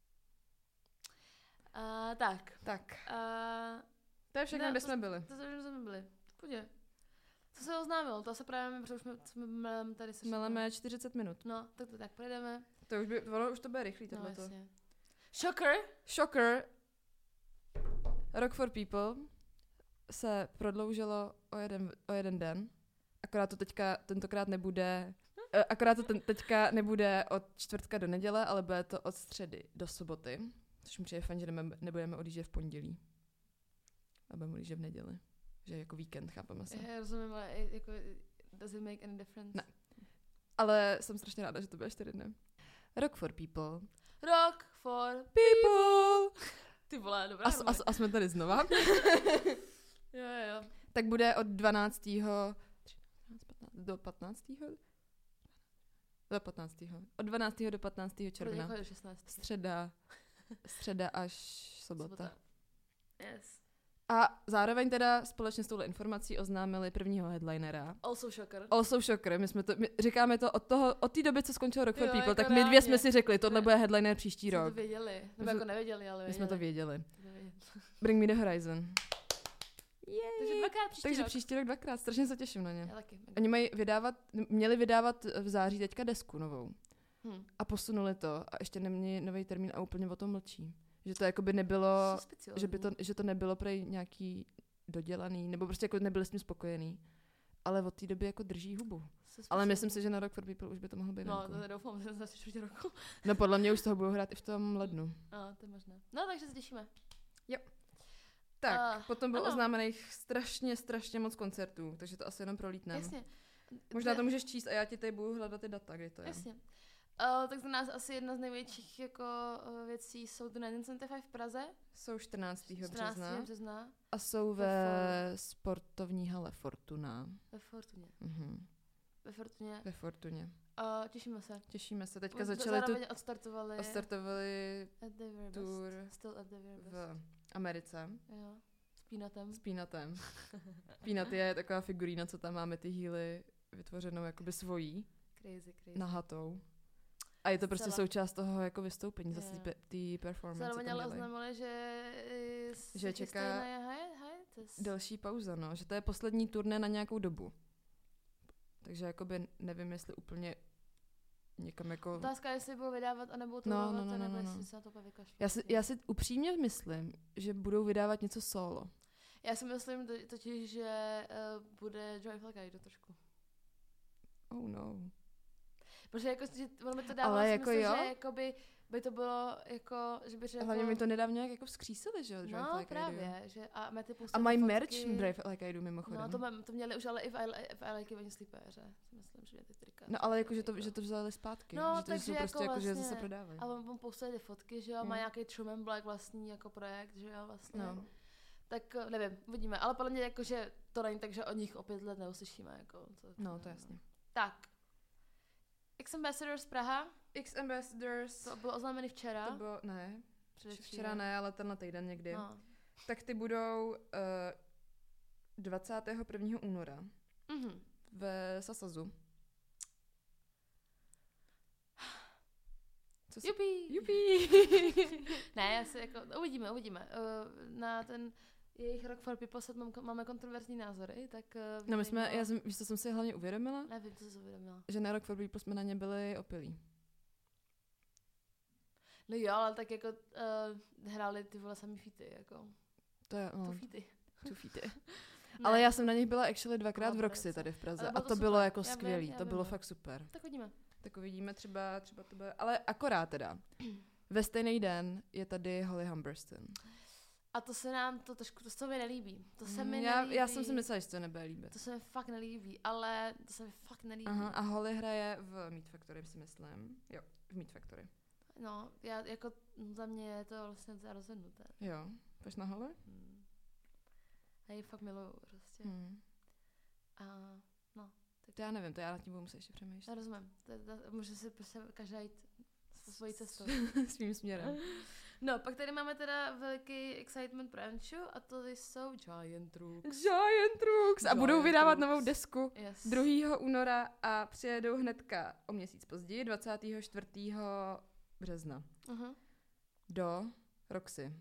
Tak. To je všechno, kde jsme byli. To jsme byli. Půjde. Co se oznámilo? To se právě, protože jsme tady se... Meleme 40 minut. No, tak pojedeme. Ono už to bude rychlý, tohleto. No, Shocker! Rock for People se prodloužilo o jeden den. Akorát to tentokrát nebude... Akorát to teďka nebude od čtvrtka do neděle, ale bude to od středy do soboty. Což mi přijde fajn, že nebudeme odjíždět v pondělí. A budeme odjíždět v neděli. Že jako víkend, chápeme se. Já rozumím, ale jako does it make any difference? Ne. Ale jsem strašně ráda, že to bude 4 dny. Rock for People. Rock for People! Ty vole, dobrá. A jsme tady znova. Jo. Tak bude od 12. do 15. Do 15. Od 12. do 15. června. Bude 16. Středa až sobota. Yes. A zároveň teda společně s touhle informací oznámili prvního headlinera. Also Shocker. My říkáme to od té doby, co skončil Rock for People, jako tak my 2 jsme si řekli, tohle bude headliner příští rok. My to věděli. Nebo jako nevěděli, ale my jsme to věděli. Bring me the horizon. Takže dvakrát příští Takže rok. příští rok dvakrát, strašně se těším na ně. Já taky. Oni měli vydávat v září teďka desku novou. A posunuli to a ještě neměli nový termín a úplně o tom mlčí. Že to jakoby nebylo, že to nebylo prej nějaký dodělaný, nebo prostě jako nebyli s tím spokojený. Ale od té doby jako drží hubu. Ale myslím si, že na Rock for People už by to mohlo být. No, to nedoufám, že za čtvrtý roku. No podle mě už z toho budou hrát i v tom lednu. To je možné. No, takže se těšíme. Jo. Tak, potom bylo ano. oznámených strašně moc koncertů, takže to asi jenom prolítneme. Jasně. Možná to můžeš číst a já ti tady budu hledat ty data, kdy to je. Jasně. Tak za nás asi jedna z největších jako věcí jsou The 1975 v Praze. Jsou 14. 14. března. A jsou ve sportovní hale Fortuna. Ve Fortuně. Ve Fortuně. Těšíme se. Těšíme se. Teďka začali zároveň odstartovali tour Still at the very best. v Americe. Jo. S Peanutem. Peanut je taková figurína, co tam máme ty hýly vytvořenou jakoby svojí. Crazy. Nahatou. A je to prostě součást toho jako vystoupení, zase ty performance. Zároveň ale oznámili, že čeká hiatus. Delší pauza, no. Že to je poslední turné na nějakou dobu. Takže jakoby nevím, jestli úplně někam jako... Otázka je, jestli budou vydávat, anebo to nebo jestli se na to vykašlou. Já si upřímně myslím, že budou vydávat něco solo. Já si myslím totiž, že bude Joy Flakai do trošku. Oh no. Protože jako, že ono mi to dávalo ale smysl, jako že jakoby by to bylo jako, že by řekl... Hlavně mi to nedávno nějak jako vzkřísili, že jo? No právě, že a Matty a mají merch Drive Like I Do mimochodem. No to měli už ale i v I Like It When You Sleepéře. Myslím, že ty trika. No ale jako, že to vzali zpátky. No, že to takže jsou prostě jako že vlastně, zase prodávají. A on postuje ty fotky, že jo? Má nějaký Truman Black vlastní jako projekt, že jo? Vlastně. No. Tak nevím, uvidíme. Ale podle mě jako, že to není tak, že od nich o 5 let neuslyšíme. Jako, to jasně. Tak. X Ambassadors Praha. X Ambassadors. To bylo oznámený včera. To bylo, ne. Včera ne, ale tenhle týden někdy. No. Tak ty budou 21. února v Sasazu. Jupi! Ne, já si jako, uvidíme. Na ten jejich Rock for People set máme kontroverzní názory, tak... No my jsme, víš, co jsem si hlavně uvědomila? Nevím, co jsi uvědomila. Že na Rock for People jsme na ně byli opilí. No jo, ale tak jako hráli ty vole samý featy, jako. To je, Tu featy. Ale já jsem na nich byla actually dvakrát v Roxy tady v Praze a to bylo jako skvělý, to bylo fakt super. Tak uvidíme, třeba to bude, ale akorát teda. Ve stejný den je tady Holly Humberstone. A to se nám, to se mi nelíbí. Nelíbí. Já jsem si myslela, že to nebude líbit. To se mi fakt nelíbí, ale to se mi fakt nelíbí. Aha, a Holly hraje v Meat Factory, si myslím. Jo, v Meat Factory. No, já jako za mě je to vlastně rozhodnuté. Jo, půjdeš na Holly? Já ji fakt miluju prostě. A no. Tak to já nevím, to já nad tím budu muset ještě přemýšlet. Já rozumím. Může si prostě každá jít svojí cestou. Svým směrem. No, pak tady máme teda veliký excitement pro Anču a to jsou Giant Rooks. A budou vydávat novou desku 2. Yes. února a přijedou hnedka o měsíc později, 24. března. Do Roxy.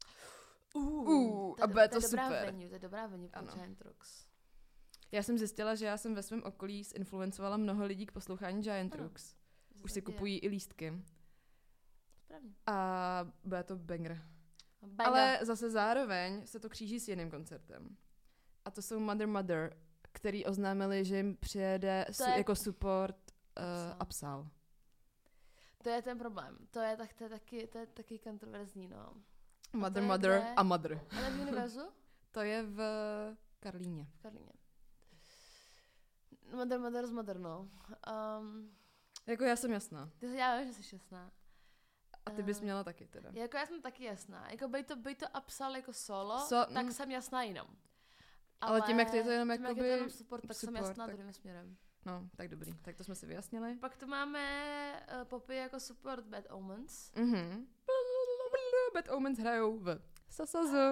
A bude to super. To je dobrá venue pro Giant Rooks. Já jsem zjistila, že já jsem ve svém okolí zinfluencovala mnoho lidí k poslouchání Giant Rooks. Už si kupují i lístky. Správně. A bude to banger. Ale zase zároveň se to kříží s jiným koncertem. A to jsou Mother, který oznámili, že jim přijede jako support Upsal. To je ten problém. To je taky kontroverzní, no. Mother a Mother. Ale v Univerzu? To je v Karlíně. Mother s Mother, no. Jako já jsem jasná. Já vím, že jsi jasná. A ty bys měla taky teda. Jako já jsem taky jasná. Jako bej to Upsal jako solo, tak jsem jasná jenom. Ale tím, jak to je to jenom jakoby... Tím, jak je to jenom support, tak jsem jasná druhým směrem. No, tak dobrý. Tak to jsme si vyjasnili. Pak tu máme Poppy jako support Bad Omens. Bad Omens hrajou v Sasazu.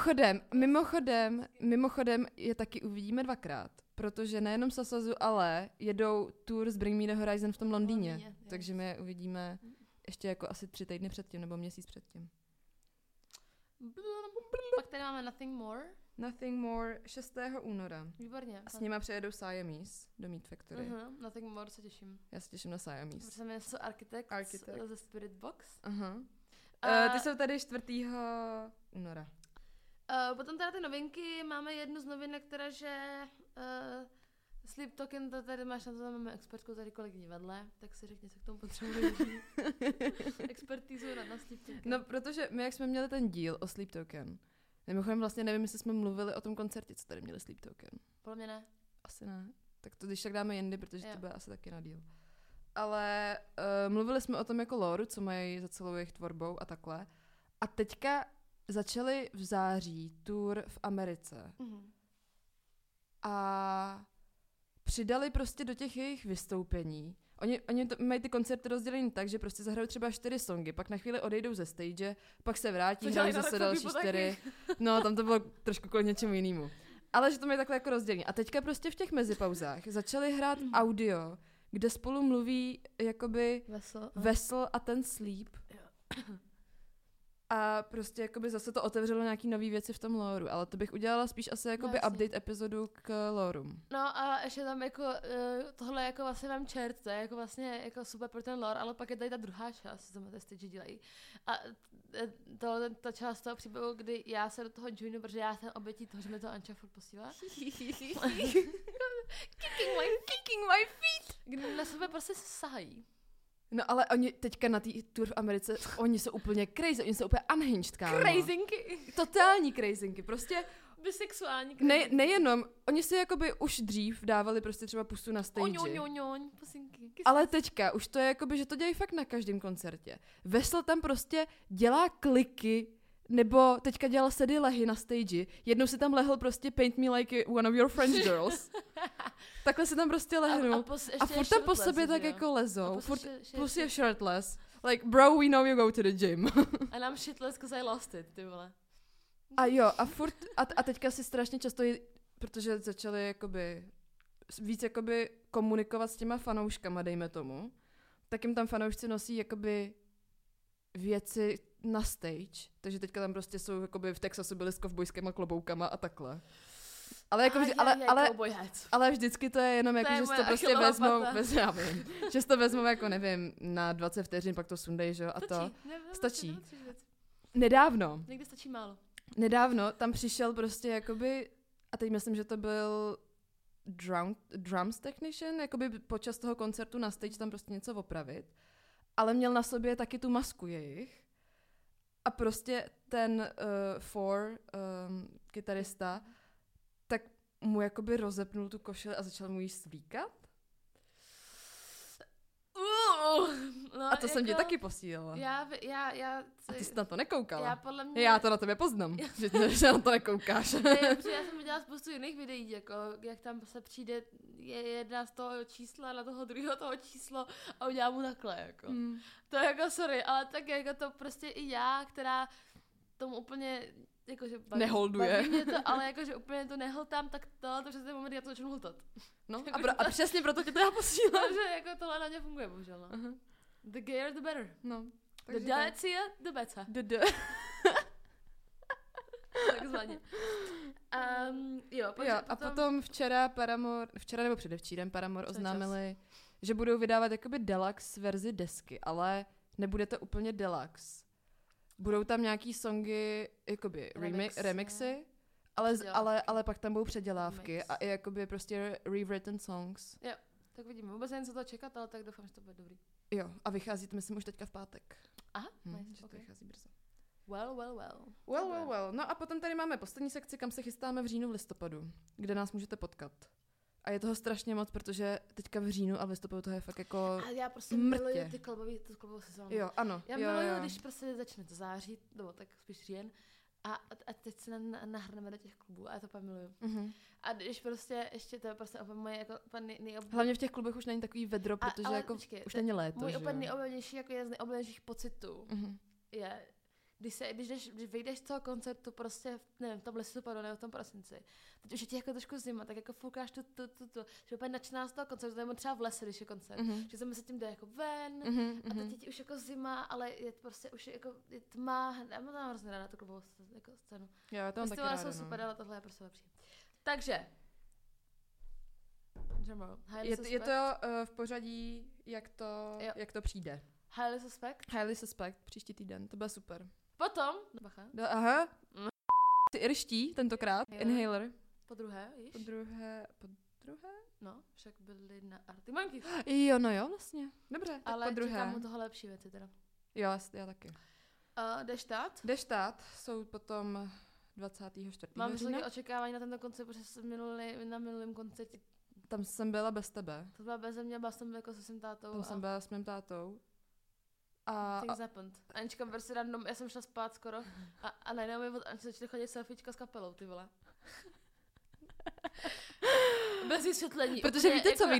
Mimochodem je taky uvidíme dvakrát. Protože nejenom Sasazu, ale jedou tour z Bring Me The Horizon v tom Londýně. Takže my je uvidíme ještě jako asi 3 týdny předtím, nebo měsíc předtím. Pak tady máme Nothing More. Nothing More 6. února. Výborně. A s nima přijedou Siamese do Meat Factory. Nothing More se těším. Já se těším na Siamese. Protože mě jsou Architect ze Spirit Box. Ty jsou tady 4. února. Potom teda ty novinky, máme jednu z novinek, která že Sleep Token, to tady máš na to, máme expertku tady kolegyni vedle, tak si řekni, co k tomu potřebuješ. Expertízu na Sleep Token. No, protože my, jak jsme měli ten díl o Sleep Token, mimochodem vlastně nevím, jestli jsme mluvili o tom koncertě, co tady měli Sleep Token. Podle mě ne. Asi ne. Tak to když tak dáme jindy, protože to bude asi taky na díl. Ale mluvili jsme o tom jako lore, co mají za celou jejich tvorbou a takhle. A teďka začali v září tour v Americe. A přidali prostě do těch jejich vystoupení. Oni mají ty koncerty rozdělený tak, že prostě zahrajou třeba 4 songy, pak na chvíli odejdou ze stage, pak se vrátí, hrají zase další 4. No, tam to bylo trošku kvůli něčemu jinému. Ale že to mají takhle jako rozdělení. A teďka prostě v těch mezipauzách začali hrát audio, kde spolu mluví jakoby Vessel a ten Sleep. A prostě jakoby zase to otevřelo nějaký nový věci v tom lore, ale to bych udělala spíš asi jakoby update epizodu k lorem. No a ještě tam jako tohle jako vlastně mám čert, to je jako vlastně jako super pro ten lore, ale pak je tady ta druhá část, co ty stage dělají. A ta část toho příběhu, kdy já se do toho joinu, protože já jsem obětí toho, že mi to Anča furt posílá. Kicking my feet! Kdy na sebe prostě sahají. No ale oni teďka na té tour v Americe, oni jsou úplně crazy, oni jsou úplně unhinged, kámo. Crazinky. Totální crazinky, prostě. Bisexuální crazinky. Nejenom, oni si jakoby už dřív dávali prostě třeba pusu na stage. Pusinky. Ale teďka už to je jakoby, že to dělají fakt na každém koncertě. Vessel tam prostě dělá kliky, nebo teďka dělal sedy lehy na stage. Jednou si tam lehl prostě paint me like one of your French girls. Takhle se tam prostě lehnul. A furt tam po sobě tak jako lezou. Plus je shirtless. Like, bro, we know you go to the gym. And I'm shitless because I lost it, ty vole. A jo, a furt, a teďka si strašně často, protože začali jakoby víc jakoby komunikovat s těma fanouškama, dejme tomu, tak jim tam fanoušci nosí jakoby věci na stage, takže teďka tam prostě jsou jakoby v Texasu byli s kovbojskýma kloboukama a takhle. Ale jako ale vždycky to je jenom jako, že si to prostě vezmou, já vím, že si to vezmou jako nevím, na 20 vteřin, pak to sundej, že jo, a to stačí. Nedávno. Někdy stačí málo. Nedávno tam přišel prostě jakoby, a teď myslím, že to byl drums technician, jakoby počas toho koncertu na stage tam prostě něco opravit, ale měl na sobě taky tu masku jejich a prostě ten kytarista, tak mu jakoby rozepnul tu košili a začal mu jí svíkat. No, a to jsem ti taky posílala. A ty jsi na to nekoukala. Já to na tebe poznám, že na to nekoukáš. Já jsem viděla spoustu jiných videí, jako jak tam se přijde jedna z toho čísla na toho druhého toho číslo a udělá mu takhle, jako. To je jako sorry, ale tak jako to prostě i já, která tomu úplně jakože neholduje. Baví mě to, ale jakože úplně to nehltám, tak to přesně moment, já to začnu hltat. No a přesně proto tě to já posílám. Takže jako tohle na ně funguje, bohužel. No. Uh-huh. The gayer, the better. No. The dacier, the better. Takzvaně. Jo, a potom včera nebo předevčírem Paramore oznámili, že budou vydávat jakoby deluxe verzi desky, ale nebude to úplně deluxe. Budou tam nějaký songy, jakoby remixy, ale pak tam budou předělávky a i jakoby prostě rewritten songs. Jo, tak vidíme. Vůbec nevím, co to čekat, ale tak doufám, že to bude dobrý. Jo, a vychází to, myslím, už teďka v pátek. Aha, že to vychází brzo. Well. No a potom tady máme poslední sekci, kam se chystáme v říjnu, v listopadu, kde nás můžete potkat. A je toho strašně moc, protože teďka v říjnu a v listopadu to je fakt jako a já prostě miluji tu klubovou sezónu. Jo, ano. Já miluji, když prostě začne to září, nebo tak spíš říjen, a teď se nahrneme do těch klubů a já to pak miluju. Mm-hmm. A když prostě ještě to je prostě úplně moje jako hlavně v těch klubech už není takový vedro, protože jako počkej, už není léto. Můj úplně nejoblíbenější, jako jeden z nejoblíbenějších pocitů je, když vyjdeš z toho koncertu prostě, nevím, v tom listopadu nebo v tom prosinci, teď už je ti jako trošku zima, tak jako foukáš že úplně načíná z toho koncertu, nebo třeba v lese, když je koncert, že se tím jde jako ven a teď je ti už jako zima, ale je prostě už je tma, já mám hrozně ráda tu klubovou jako scénu. Jo, já to mám taky ráda, jsou super, ale tohle je prostě lepší. Takže, je to v pořadí, jak to přijde. Highly Suspect. Highly Suspect, příští týden, to bude super. Potom, bacha. Aha. Ty irští tentokrát, Inhaler. Po druhé, již? Po druhé? No, však byli na Arctic Monkeys. Jo, no jo, vlastně. Dobře, tak ale po druhé. čekám mu toho lepší věci teda. Jo, já taky. Deštát jsou potom 24. Mám vysoké očekávání na tento koncert, protože jsem na minulém koncertě. Tam jsem byla bez tebe. To byla beze mě, byla jsem jako se svým tátou. Tam jsem byla s mým tátou. Things happened. Anička prostě random, já jsem šla spát skoro a najednou mi od Aničky začaly chodit selfiečka s kapelou, ty vole. Bez vysvětlení. Protože víte co,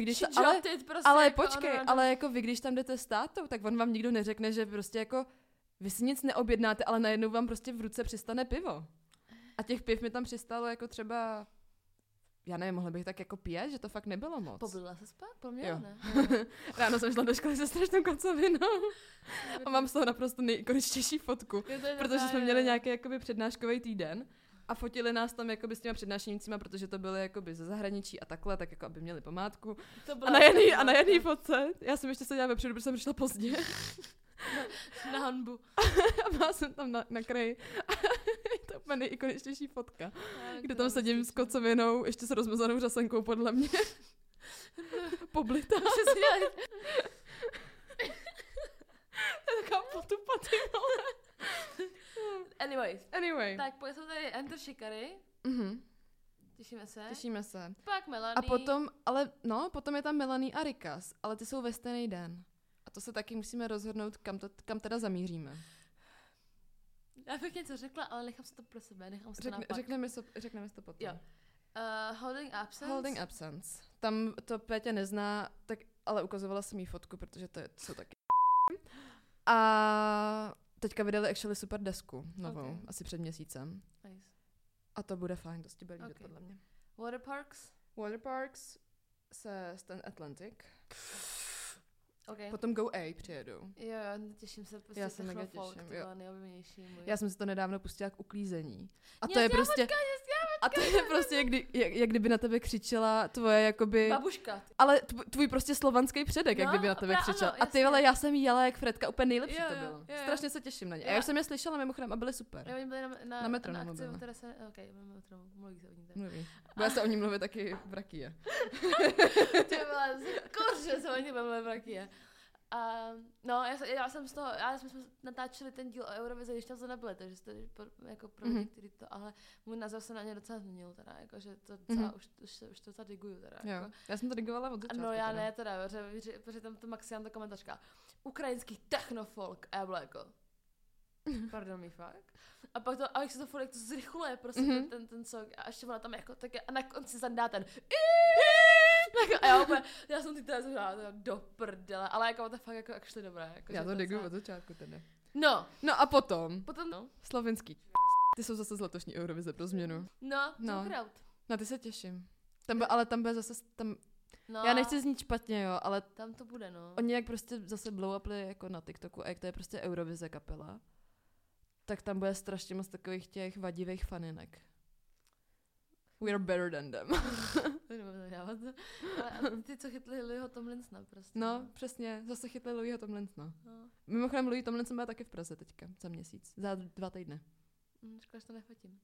ale jako vy, když tam jdete s tátou, tak on vám nikdo neřekne, že prostě jako vy si nic neobjednáte, ale najednou vám prostě v ruce přistane pivo. A těch piv mi tam přistálo jako třeba, já nevím, mohla bych tak jako pít, že to fakt nebylo moc. Pobudila se spát? Po mně jo. Ne. Ráno jsem šla do školy se strašnou kocovinou. A mám z toho naprosto nejikoničtější fotku. Protože jsme měli nějaký jakoby přednáškový týden. A fotili nás tam jakoby s těma přednášejícíma, protože to byly jakoby ze zahraničí a takhle, tak jako aby měli památku. A na jedné fotce, já jsem ještě seděla vepředu, protože jsem přišla pozdě. Na hanbu. A byla jsem tam na kraji. Je to úplně nejikoničtější fotka. Kde tam sedím s kocovinou, ještě s rozmazanou řasenkou podle mě. Poblitá. Taková potupa, ty vole. Anyway. Tak pojď tady Enter Shikari. Těšíme se. Pak Melanie. A potom je tam Melanie a Rikas, ale ty jsou ve stejný den. A to se taky musíme rozhodnout, kam teda zamíříme. Já bych něco řekla, ale nechám si to pro sebe, Řekneme si to potom. Jo. Holding Absence. Tam to Pétě nezná, tak, ale ukazovala jsem jí fotku, protože to jsou taky a teďka vydali actually super desku novou, asi před měsícem. Nice. A to bude fajn, to si bude líbit podle mě. Waterparks se Stand Atlantic. Okay. Potom Go A přijedou. Jo, těším se. Prostě já se mega těším. To byla nejoblíbenější můj. Já jsem si to nedávno pustila k uklízení. A to je prostě... A to je prostě, jak kdyby na tebe křičela tvoje jakoby... Babuška. Ale tvůj prostě slovanský předek, jak kdyby na tebe křičel. Ano, a ty vole, já jsem jí jela jak Fredka, úplně nejlepší to bylo. Strašně se těším na ně. A já už jsem je slyšela mimochodem a byly super. Já oni byli na Metronomu akci, které se... Okej, Metronomu, mluví se o ní. Bude se o ní mluvit taky v Rakie. Ty vole, že se o ní mluvit v Rakie. Já jsme natáčeli ten díl o Eurovizi, když tam to nebyli, takže jste jako pro lidi, který to, ale můj názor se na ně docela změnil, teda, jako, že to docela, už to docela diguju, teda. Jo, jako. já jsem to digovala od začátku. No já teda. Ne, teda, protože tam to Maxi ta komentářka, ukrajinský technofolk, a já byla jako, pardon mi, fakt. A pak to, a jak se to furt, jak to zrychluje, prostě ten song, a ještě ona tam jako, tak a na konci zandá ten a já jsem ty teda zhrála do prdele, ale jako to fakt jako actually dobré. Jako, já to diguju od začátku teda. No a potom no. Slovenský. Ty jsou zase z letošní Eurovize pro změnu. No. Na ty se těším. Ale tam bude zase, já nechci znít špatně, jo, ale tam to bude, no. Oni jak prostě zase blow-upli jako na TikToku a jak to je prostě Eurovize kapela, tak tam bude strašně moc takových těch vadivých faninek. We are better than them. Ale ty, co chytli Louisho Tomlinsona prostě. No, přesně, zase chytli Louisho Tomlinsona. No. Mimochodem Louis Tomlinson bude taky v Praze teďka, za měsíc, za 2 týdny. Škoda, že to nefotím.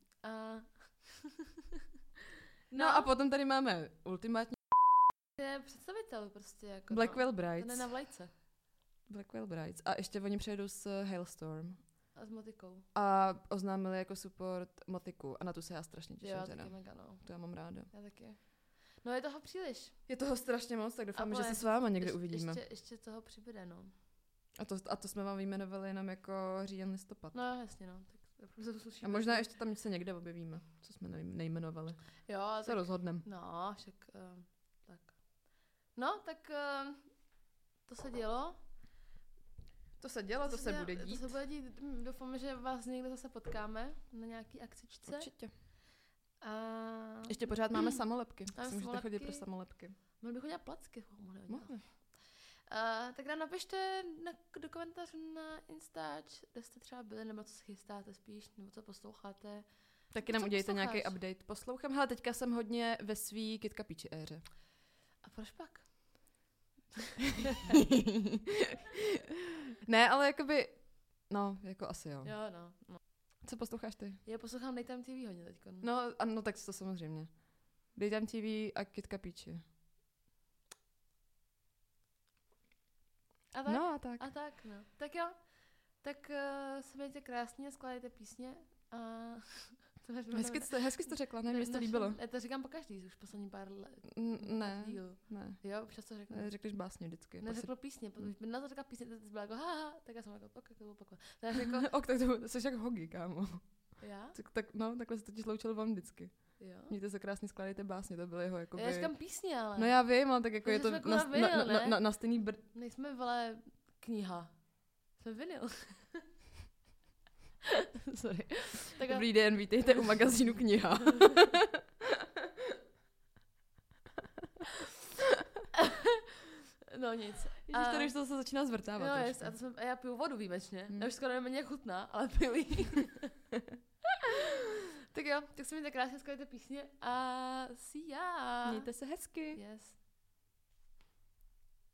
No a potom tady máme ultimátní je představitel prostě jako. Blackwell Brides. To je na vlajce. Blackwell Brides. A ještě oni přijedou s Hailstorm. A s Motikou. A oznámili jako support Motiku. A na tu se já strašně těším. Jo, taky mega, no. To já mám ráda. Já taky. No je toho příliš. Je toho strašně moc, tak doufám, že se s váma někdy uvidíme. Ještě toho přibude, no. A to jsme vám vyjmenovali jenom jako říjen, listopad. No jasně, no. Tak a možná ještě tam se někde objevíme, co jsme nejmenovali. Jo. Se rozhodneme. No, však tak. No, tak to se dělo. To se dělo, to se bude dít. To se bude dít. Doufám, že vás někde zase potkáme na nějaký akcičce. Určitě. A... Ještě pořád máme samolepky. Máme Můžete samolepky. chodit pro samolepky. Mohli bychom dělat placky. Mohli. Tak nám napište do komentářů na Instač, kde jste třeba byli, nebo co se chystáte spíš, nebo co posloucháte. Taky nám Co udělejte posloucháš? nějaký update. Poslouchám, hele, teďka jsem hodně ve svý Kitka Píči éře. A proč pak? Ne, ale jakoby, no, jako asi jo. Jo, no. Co posloucháš ty? Já poslouchám Daytime TV hodně teďko. No, ano, tak to samozřejmě. Daytime TV a Kitka Píči. A tak? No a tak. A tak, no. Tak jo. Tak se mějte krásně, skládejte písně a... Hezky jsi to řekla, ne, mně se to líbilo. Já to říkám po každý, už poslední pár let. Ne, Díl. ne. Jo, občas to řeknu. Řekneš básně vždycky. Neřekl písně, protože by na to řekla písně, to byla jako haha, tak já jsem jako, ok, to opakovat. Tak jako, Ok, tak to jsi jak Hogi, kámo. já? No, takhle se totiž loučil vám vždycky. Jo. Mějte se krásně, skládejte básně, to bylo jeho jako. Já říkám písně, ale. No já vím, ale tak jako Takže je to jsme kurva vinyl, ne? na stejný Nejsme, vole, kniha. Jsme vinyl. Sorry. Tak Dobrý den, vítejte u magazínu Kniha. No nic. Ježiš, tady už to se začíná zvrtávat. No, trošku. jest, a já piju vodu výjimečně. Já už skoro nevím, jak chutná, ale piju jí. Tak jo, tak se mějte krásně, skládejte písně a see ya. Mějte se hezky. Yes.